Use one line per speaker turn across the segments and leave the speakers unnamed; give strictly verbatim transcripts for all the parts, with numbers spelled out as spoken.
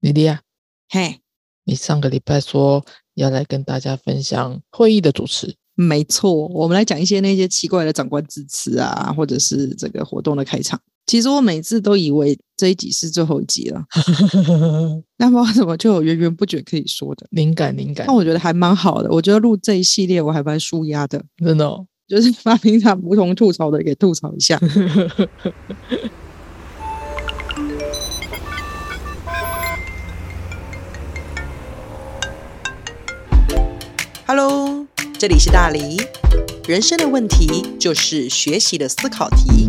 莉莉亚，
嘿，
你上个礼拜说要来跟大家分享会议的主持。
没错，我们来讲一些那些奇怪的长官致辞啊，或者是这个活动的开场。其实我每次都以为这一集是最后一集了，但不知道怎么就有源源不绝可以说的
灵感灵感。
但我觉得还蛮好的，我觉得录这一系列我还蛮舒压的，
真的哦，
就是把平常不同吐槽的给吐槽一下。Hello， 这里是大黎。人生的问题就是学习的思考题。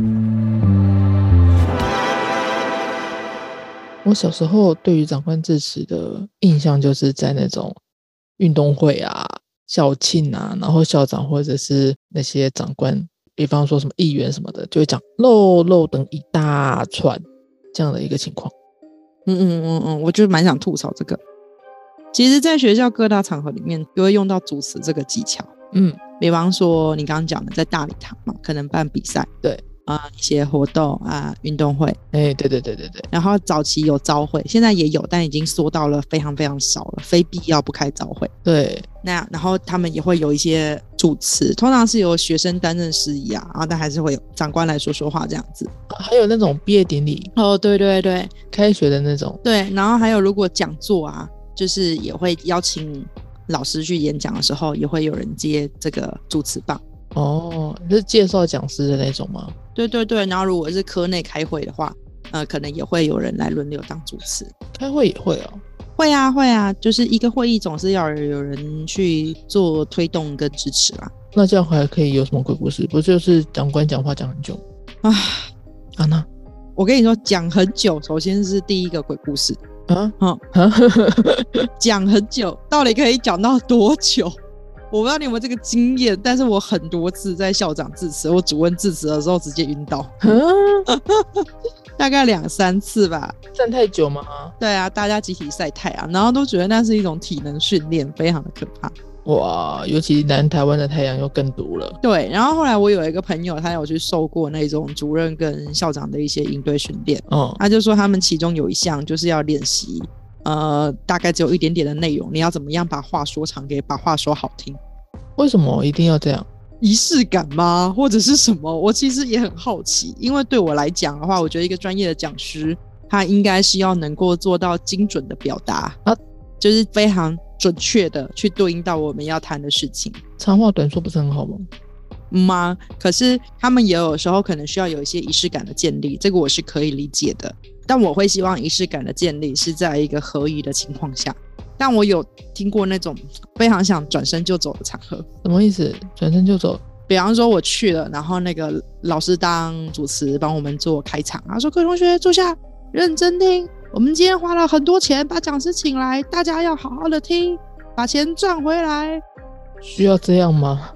我小时候对于长官致辞的印象就是在那种运动会啊、校庆啊，然后校长或者是那些长官，比方说什么议员什么的，就会讲漏漏等一大串这样的一个情况。
嗯嗯嗯嗯，我就蛮想吐槽这个。其实在学校各大场合里面都会用到主持这个技巧。
嗯，
比方说你刚刚讲的在大礼堂嘛，可能办比赛，
对
啊、呃，一些活动啊，运动会，
哎，对对对对对。
然后早期有朝会，现在也有，但已经缩到了非常非常少了，非必要不开早会。
对，
那然后他们也会有一些主持，通常是由学生担任司仪啊，然后但还是会有长官来说说话这样子。
还有那种毕业典礼
哦，对对对，
开学的那种，
对，然后还有如果讲座啊，就是也会邀请老师去演讲的时候，也会有人接这个主持棒。
哦，是介绍讲师的那种吗？
对对对，然后如果是科内开会的话，呃，可能也会有人来轮流当主持。
开会也会哦。
会啊会啊，就是一个会议总是要有人去做推动跟支持啦。
那这样还可以有什么鬼故事？不就是长官讲话讲很久
啊
啊？那
我跟你说，讲很久，首先是第一个鬼故事
啊，
嗯，讲很久，到底可以讲到多久？我不知道你有没有这个经验，但是我很多次在校长致辞或主任致辞的时候直接晕倒，大概两三次吧。
站太久吗？
对啊，大家集体晒太阳，然后都觉得那是一种体能训练，非常的可怕。
哇，尤其南台湾的太阳又更毒了。
对，然后后来我有一个朋友，他有去受过那种主任跟校长的一些应对训练，
嗯，
他就说他们其中有一项就是要练习呃，大概只有一点点的内容，你要怎么样把话说长，给把话说好听。
为什么一定要这样？
仪式感吗？或者是什么？我其实也很好奇，因为对我来讲的话，我觉得一个专业的讲师，他应该是要能够做到精准的表达啊，就是非常准确的去对应到我们要谈的事情。
长话短说不是很好吗？
吗？可是他们也有时候可能需要有一些仪式感的建立，这个我是可以理解的。但我会希望仪式感的建立是在一个合宜的情况下。但我有听过那种非常想转身就走的场合。
什么意思？转身就走？
比方说我去了，然后那个老师当主持帮我们做开场，他说各位同学坐下，认真听，我们今天花了很多钱把讲师请来，大家要好好的听，把钱赚回来。
需要这样吗？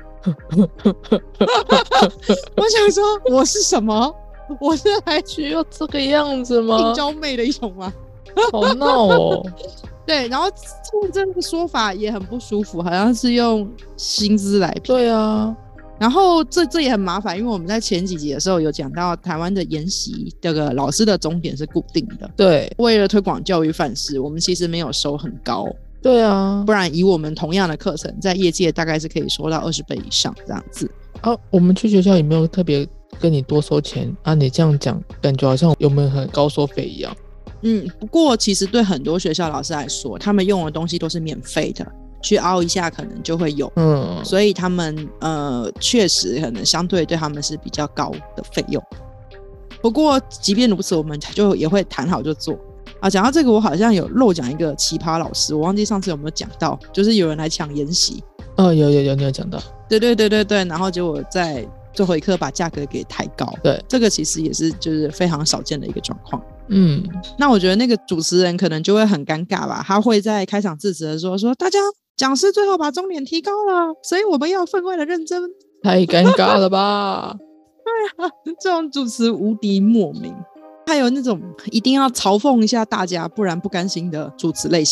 我想说我是什么？我是来
需要这个样子吗？
应招妹的一种吗？
好闹哦。
对，然后这个说法也很不舒服，好像是用薪资来评。
对啊，
然后这这也很麻烦，因为我们在前几集的时候有讲到台湾的研习这个老师的终点是固定的，
对，
为了推广教育范式，我们其实没有收很高。
对啊，
不然以我们同样的课程，在业界大概是可以收到二十倍以上这样子
啊。我们去学校也没有特别跟你多收钱啊，你这样讲感觉好像有没有很高收费一样。
嗯，不过其实对很多学校老师来说，他们用的东西都是免费的，去凹一下可能就会有，
嗯，
所以他们呃确实可能相对对他们是比较高的费用。不过即便如此，我们就也会谈好就做啊。讲到这个，我好像有漏讲一个奇葩老师，我忘记上次有没有讲到，就是有人来抢研习。
哦，有有有，你有讲到。
对对对对对，然后结果在最后一刻把价格给抬高。
对，
这个其实也是就是非常少见的一个状况。
嗯，
那我觉得那个主持人可能就会很尴尬吧，他会在开场致辞的时候说，大家讲师最后把终点提高了，所以我们要分外的认真。
太尴尬了吧。
对啊，这种主持无敌莫名。还有那种一定要嘲讽一下大家不然不甘心的主持类型。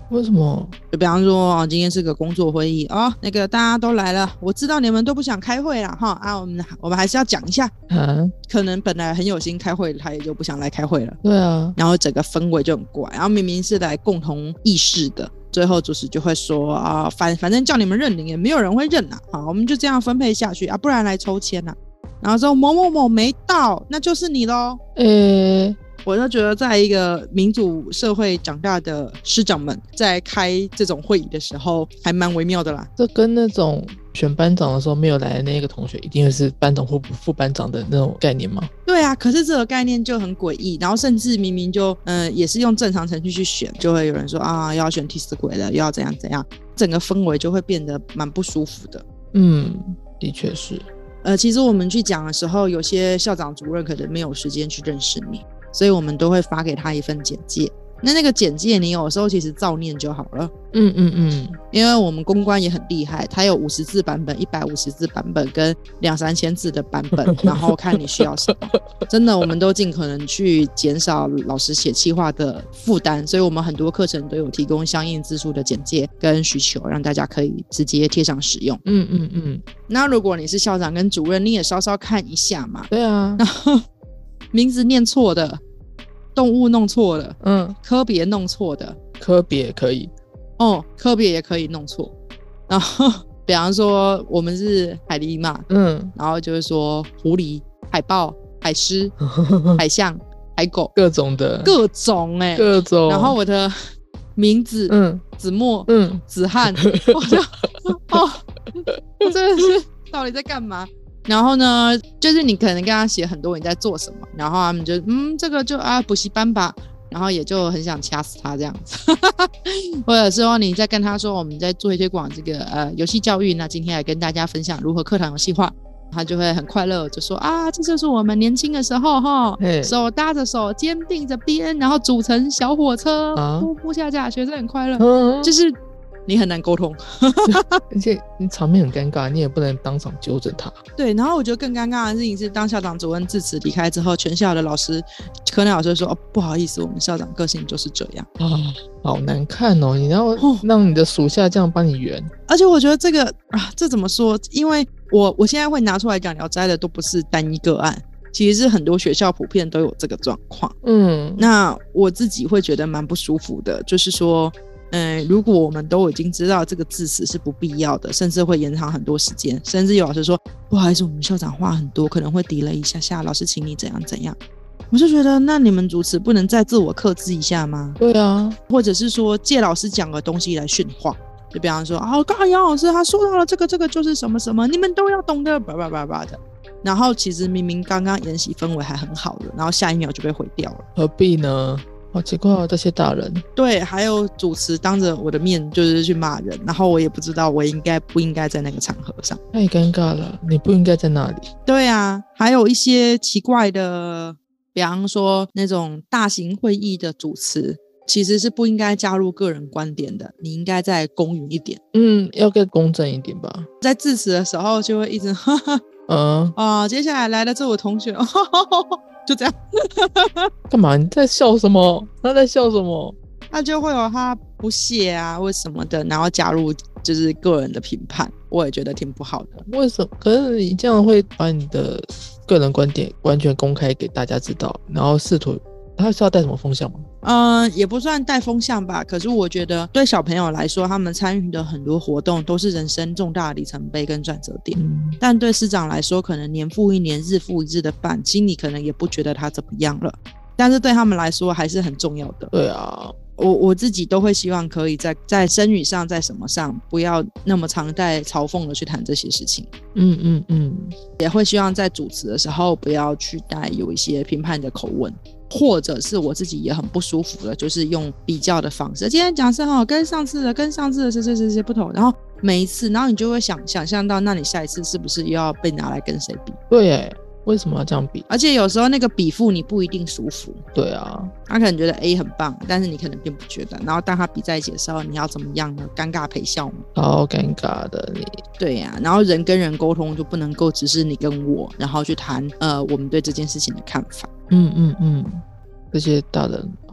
为什么？
就比方说啊，今天是个工作会议啊、哦，那个大家都来了，我知道你们都不想开会啦哈啊，我们我们还是要讲一下啊，可能本来很有心开会，他也就不想来开会了。
对啊，
然后整个氛围就很怪，然后明明是来共同议事的，最后主持就会说啊，反反正叫你们认领也没有人会认啊，好，我们就这样分配下去啊，不然来抽签啊。然后说某某某没到，那就是你咯。
诶，
我就觉得在一个民主社会长大的师长们在开这种会议的时候还蛮微妙的啦。
这跟那种选班长的时候没有来的那个同学一定是班长或副班长的那种概念吗？
对啊，可是这个概念就很诡异，然后甚至明明就嗯、呃、也是用正常程序去选，就会有人说啊要选替死鬼了，又要怎样怎样，整个氛围就会变得蛮不舒服的。
嗯，的确是。
呃，其实我们去讲的时候，有些校长主任可能没有时间去认识你，所以我们都会发给他一份简介。那那个简介你有时候其实照念就好了。
嗯嗯嗯，
因为我们公关也很厉害，它有五十字版本、一百五十字版本跟两三千字的版本，然后看你需要什么。真的，我们都尽可能去减少老师写企划的负担，所以我们很多课程都有提供相应字数的简介跟需求，让大家可以直接贴上使用。
嗯嗯嗯。
那如果你是校长跟主任，你也稍稍看一下嘛。
对啊。
然后名字念错的，动物弄错了，
嗯，
科别弄错的，
科别可以。
哦，科别也可以弄错。然后比方说我们是海狸嘛，
嗯，
然后就是说狐狸、海豹、海狮、海象、海狗，
各种的，
各种哎、欸，
各种。
然后我的名字，嗯，子墨，嗯，子翰，我就哦，我真的是到底在干嘛？然后呢，就是你可能跟他写很多你在做什么，然后他们就嗯，这个就啊补习班吧。然后也就很想掐死他这样子或者是说你在跟他说我们在做一推广这个呃游戏教育，那今天来跟大家分享如何课堂游戏化，他就会很快乐就说啊这就是我们年轻的时候哈，手搭着手肩并着边，然后组成小火车，呼呼下下学生很快乐、啊、就是你很难沟通
而且你场面很尴尬，你也不能当场纠正他。
对，然后我觉得更尴尬的事情是当校长主任致辞离开之后，全校的老师科内老师说、哦、不好意思，我们校长个性就是这样
啊，好难看哦，你要让你的属下这样帮你圆、哦、
而且我觉得这个啊，这怎么说，因为我我现在会拿出来讲聊斋的都不是单一个案，其实是很多学校普遍都有这个状况。嗯，那我自己会觉得蛮不舒服的，就是说嗯，如果我们都已经知道这个致辞是不必要的，甚至会延长很多时间，甚至有老师说不好意思我们校长话很多，可能会delay一下下，老师请你怎样怎样，我就觉得那你们主持不能再自我克制一下吗？
对啊，
或者是说借老师讲的东西来训话，就比方说啊，刚刚杨老师他说到了这个这个就是什么什么，你们都要懂得叭叭叭叭的，然后其实明明刚刚研习氛围还很好的，然后下一秒就被毁掉了，
何必呢？好奇怪哦，这些大人。
对，还有主持当着我的面就是去骂人，然后我也不知道我应该不应该在那个场合上，
太尴尬了，你不应该在那里。
对啊，还有一些奇怪的，比方说那种大型会议的主持其实是不应该加入个人观点的，你应该再公允一点。
嗯，要更公正一点吧。
在致辞的时候就会一直哈哈嗯啊，接下来来的这位同学呵呵就这样
干嘛？你在笑什么？他在笑什么？
他就会有他不屑啊或什么的，然后加入就是个人的评判，我也觉得挺不好的。
为什么？可是你这样会把你的个人观点完全公开给大家知道，然后试图他是要带什么风向吗？
嗯，也不算带风向吧，可是我觉得对小朋友来说，他们参与的很多活动都是人生重大的里程碑跟转折点、嗯、但对师长来说，可能年复一年日复一日的办，心里可能也不觉得他怎么样了，但是对他们来说还是很重要的。
对啊，
我我自己都会希望可以在在声语上，在什么上不要那么常带嘲讽的去谈这些事情。
嗯嗯嗯，
也会希望在主持的时候不要去带有一些评判的口吻，或者是我自己也很不舒服的，就是用比较的方式。今天讲是哈，跟上次的跟上次的是是是是不同，然后每一次，然后你就会想想象到，那你下一次是不是又要被拿来跟谁比？
对耶，为什么要这样比？
而且有时候那个比附你不一定舒服。
对啊，
他可能觉得 A 很棒，但是你可能并不觉得。然后当他比在一起的时候，你要怎么样呢？尴尬陪笑吗？
好尴尬的你。
对呀、啊，然后人跟人沟通就不能够只是你跟我，然后去谈呃我们对这件事情的看法。
嗯嗯嗯，这些大人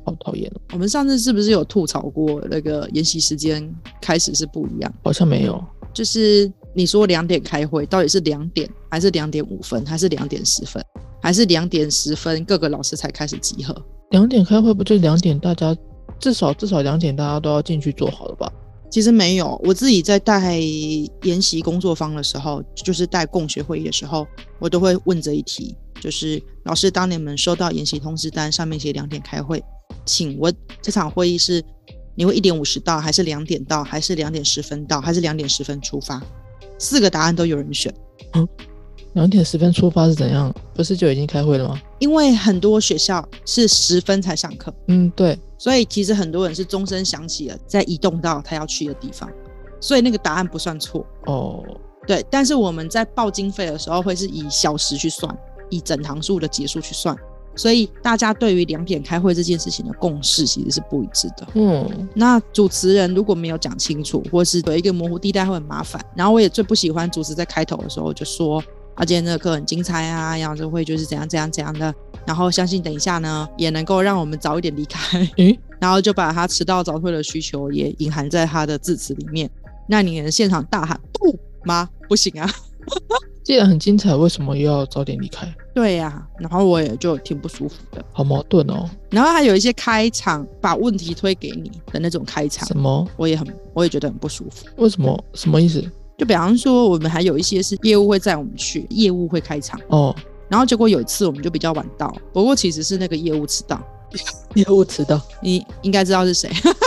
好讨厌哦。
我们上次是不是有吐槽过那个研习时间开始是不一样？
好像没有。
就是你说两点开会，到底是两点还是两点五分，还是两点十分，还是两点十分各个老师才开始集合？
两点开会不就两点大家至少至少两点大家都要进去做好了吧？
其实没有，我自己在带研习工作坊的时候，就是带共学会议的时候，我都会问这一题，就是老师，当你们收到研习通知单上面写两点开会，请问这场会议是你会一点五十到，还是两点到，还是两点十分到，还是两点十分出发？四个答案都有人选。
嗯，两点十分出发是怎样？不是就已经开会了吗？
因为很多学校是十分才上课，
嗯，对，
所以其实很多人是钟声响起了再移动到他要去的地方，所以那个答案不算错
哦。
对，但是我们在报经费的时候会是以小时去算，以整堂数的结束去算，所以大家对于两点开会这件事情的共识其实是不一致的。
嗯，
那主持人如果没有讲清楚，或是有一个模糊地带会很麻烦。然后我也最不喜欢主持在开头的时候就说啊，今天这个课很精彩啊，然后这会就是怎样怎样怎样的，然后相信等一下呢也能够让我们早一点离开，
诶，
然后就把他迟到早退的需求也隐含在他的字词里面。那你现场大喊不吗？不行啊。
既然很精彩，为什么又要早点离开？
对呀、啊，然后我也就挺不舒服的，
好矛盾哦。
然后还有一些开场把问题推给你的那种开场，
什么？
我也很我也觉得很不舒服。
为什么？什么意思？
就比方说我们还有一些是业务会载我们去，业务会开场
哦，
然后结果有一次我们就比较晚到，不过其实是那个业务迟到。
业务迟到，
你应该知道是谁。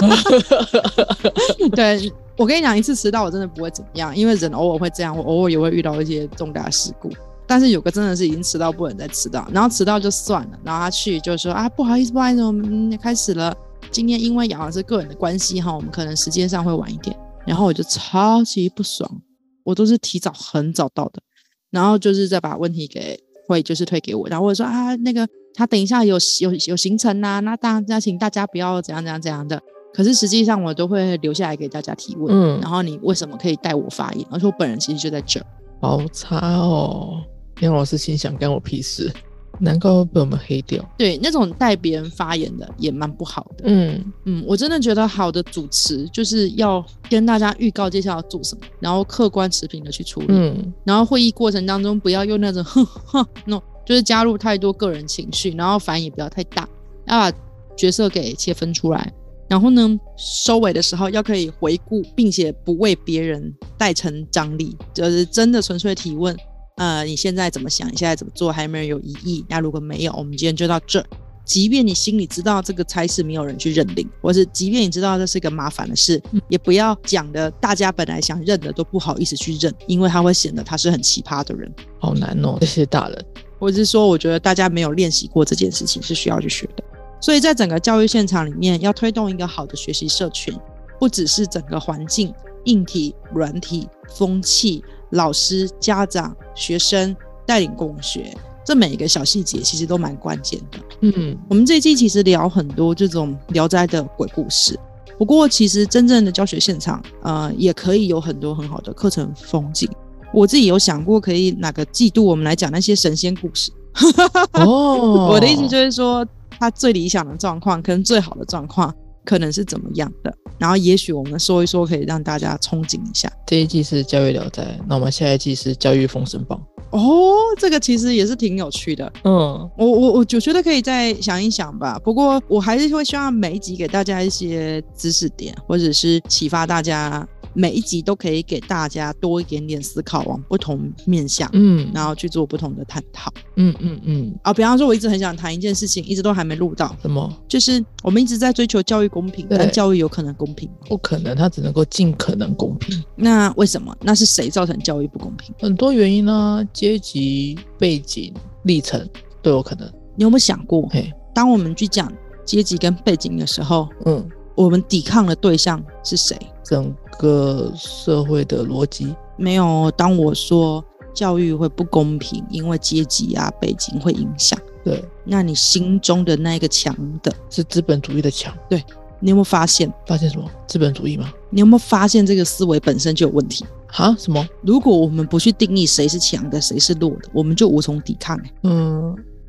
对，我跟你讲，一次迟到我真的不会怎么样，因为人偶尔会这样，我偶尔也会遇到一些重大事故。但是有个真的是已经迟到不能再迟到，然后迟到就算了，然后他去就说啊，不好意思不好意思，我们开始了，今天因为杨老师个人的关系哈，我们可能时间上会晚一点。然后我就超级不爽，我都是提早很早到的，然后就是再把问题给会就是推给我，然后我说啊，那个他等一下有有有行程啊，那当然请大家不要怎样怎样怎样的。可是实际上我都会留下来给大家提问，嗯，然后你为什么可以带我发言？而且我本人其实就在这儿。
好差哦！杨老师心想干我屁事，难怪会被我们黑掉。
对，那种带别人发言的也蛮不好的。嗯嗯，我真的觉得好的主持就是要跟大家预告接下来要做什么，然后客观持平的去处理。嗯，然后会议过程当中不要用那种哼哼那种，就是加入太多个人情绪，然后反应也不要太大，要把角色给切分出来。然后呢，收尾的时候要可以回顾，并且不为别人带成张力，就是真的纯粹提问。呃，你现在怎么想？你现在怎么做？还有没有人有异议？那如果没有，我们今天就到这。即便你心里知道这个差事没有人去认领，或是即便你知道这是一个麻烦的事，嗯、也不要讲的大家本来想认的都不好意思去认，因为他会显得他是很奇葩的人。
好难哦，这些大人。
或者是说，我觉得大家没有练习过这件事情，是需要去学的。所以在整个教育现场里面，要推动一个好的学习社群，不只是整个环境、硬体、软体、风气、老师、家长、学生带领共学，这每一个小细节其实都蛮关键的。嗯，我们这一季其实聊很多这种聊斋的鬼故事，不过其实真正的教学现场，呃，也可以有很多很好的课程风景。我自己有想过，可以哪个季度我们来讲那些神仙故事。哦，我的意思就是说，他最理想的状况跟最好的状况可能是怎么样的，然后也许我们说一说，可以让大家憧憬一下。
这一季是教育聊斋，那我们下一季是教育封神榜。
哦，这个其实也是挺有趣的。嗯，我我我就觉得可以再想一想吧。不过我还是会希望每一集给大家一些知识点，或者是启发大家。每一集都可以给大家多一点点思考，往不同面向，嗯，然后去做不同的探讨，嗯嗯嗯。啊，比方说，我一直很想谈一件事情，一直都还没录到。
什么？
就是我们一直在追求教育公平，但教育有可能公平吗？
不可能，它只能够尽可能公平。
那为什么？那是谁造成教育不公平？
很多原因啊，阶级、背景、历程都有可能。
你有没有想过，当我们去讲阶级跟背景的时候，嗯，我们抵抗的对象是谁？
整个社会的逻辑
没有。当我说教育会不公平，因为阶级啊背景会影响，对，那你心中的那个墙的
是资本主义的墙。
对，你有没有发现？
发现什么？资本主义吗？
你有没有发现这个思维本身就有问题？
哈？什么？
如果我们不去定义谁是强的，谁是弱的，我们就无从抵抗、欸。
嗯，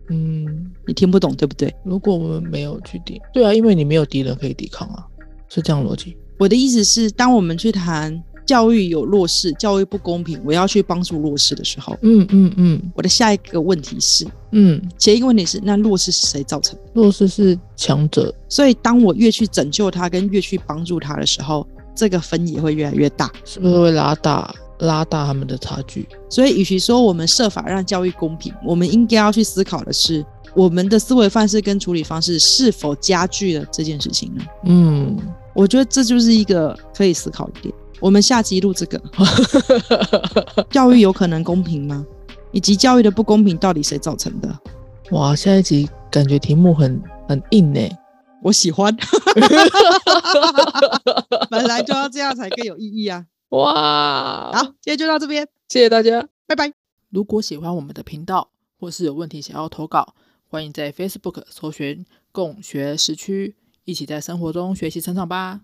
嗯，
你听不懂对不对？
如果我们没有去抵，对啊，因为你没有敌人可以抵抗啊，是这样逻辑。
我的意思是，当我们去谈教育有弱势，教育不公平，我要去帮助弱势的时候，
嗯嗯嗯
我的下一个问题是，
嗯，
前一个问题是，那弱势是谁造成的？
弱势是强者，
所以当我越去拯救他，跟越去帮助他的时候，这个分也会越来越大，
是不是会拉大拉大他们的差距？
所以与其说我们设法让教育公平，我们应该要去思考的是，我们的思维范式跟处理方式是否加剧了这件事情呢？
嗯，
我觉得这就是一个可以思考的点。我们下集录这个教育有可能公平吗？以及教育的不公平到底谁造成的？
哇，下一集感觉题目很很硬耶。
我喜欢本来就要这样才更有意义啊。
哇，
好，今天就到这边，
谢谢大家，
拜拜。
如果喜欢我们的频道，或是有问题想要投稿，欢迎在 Facebook 搜寻共学时区，一起在生活中学习成长吧。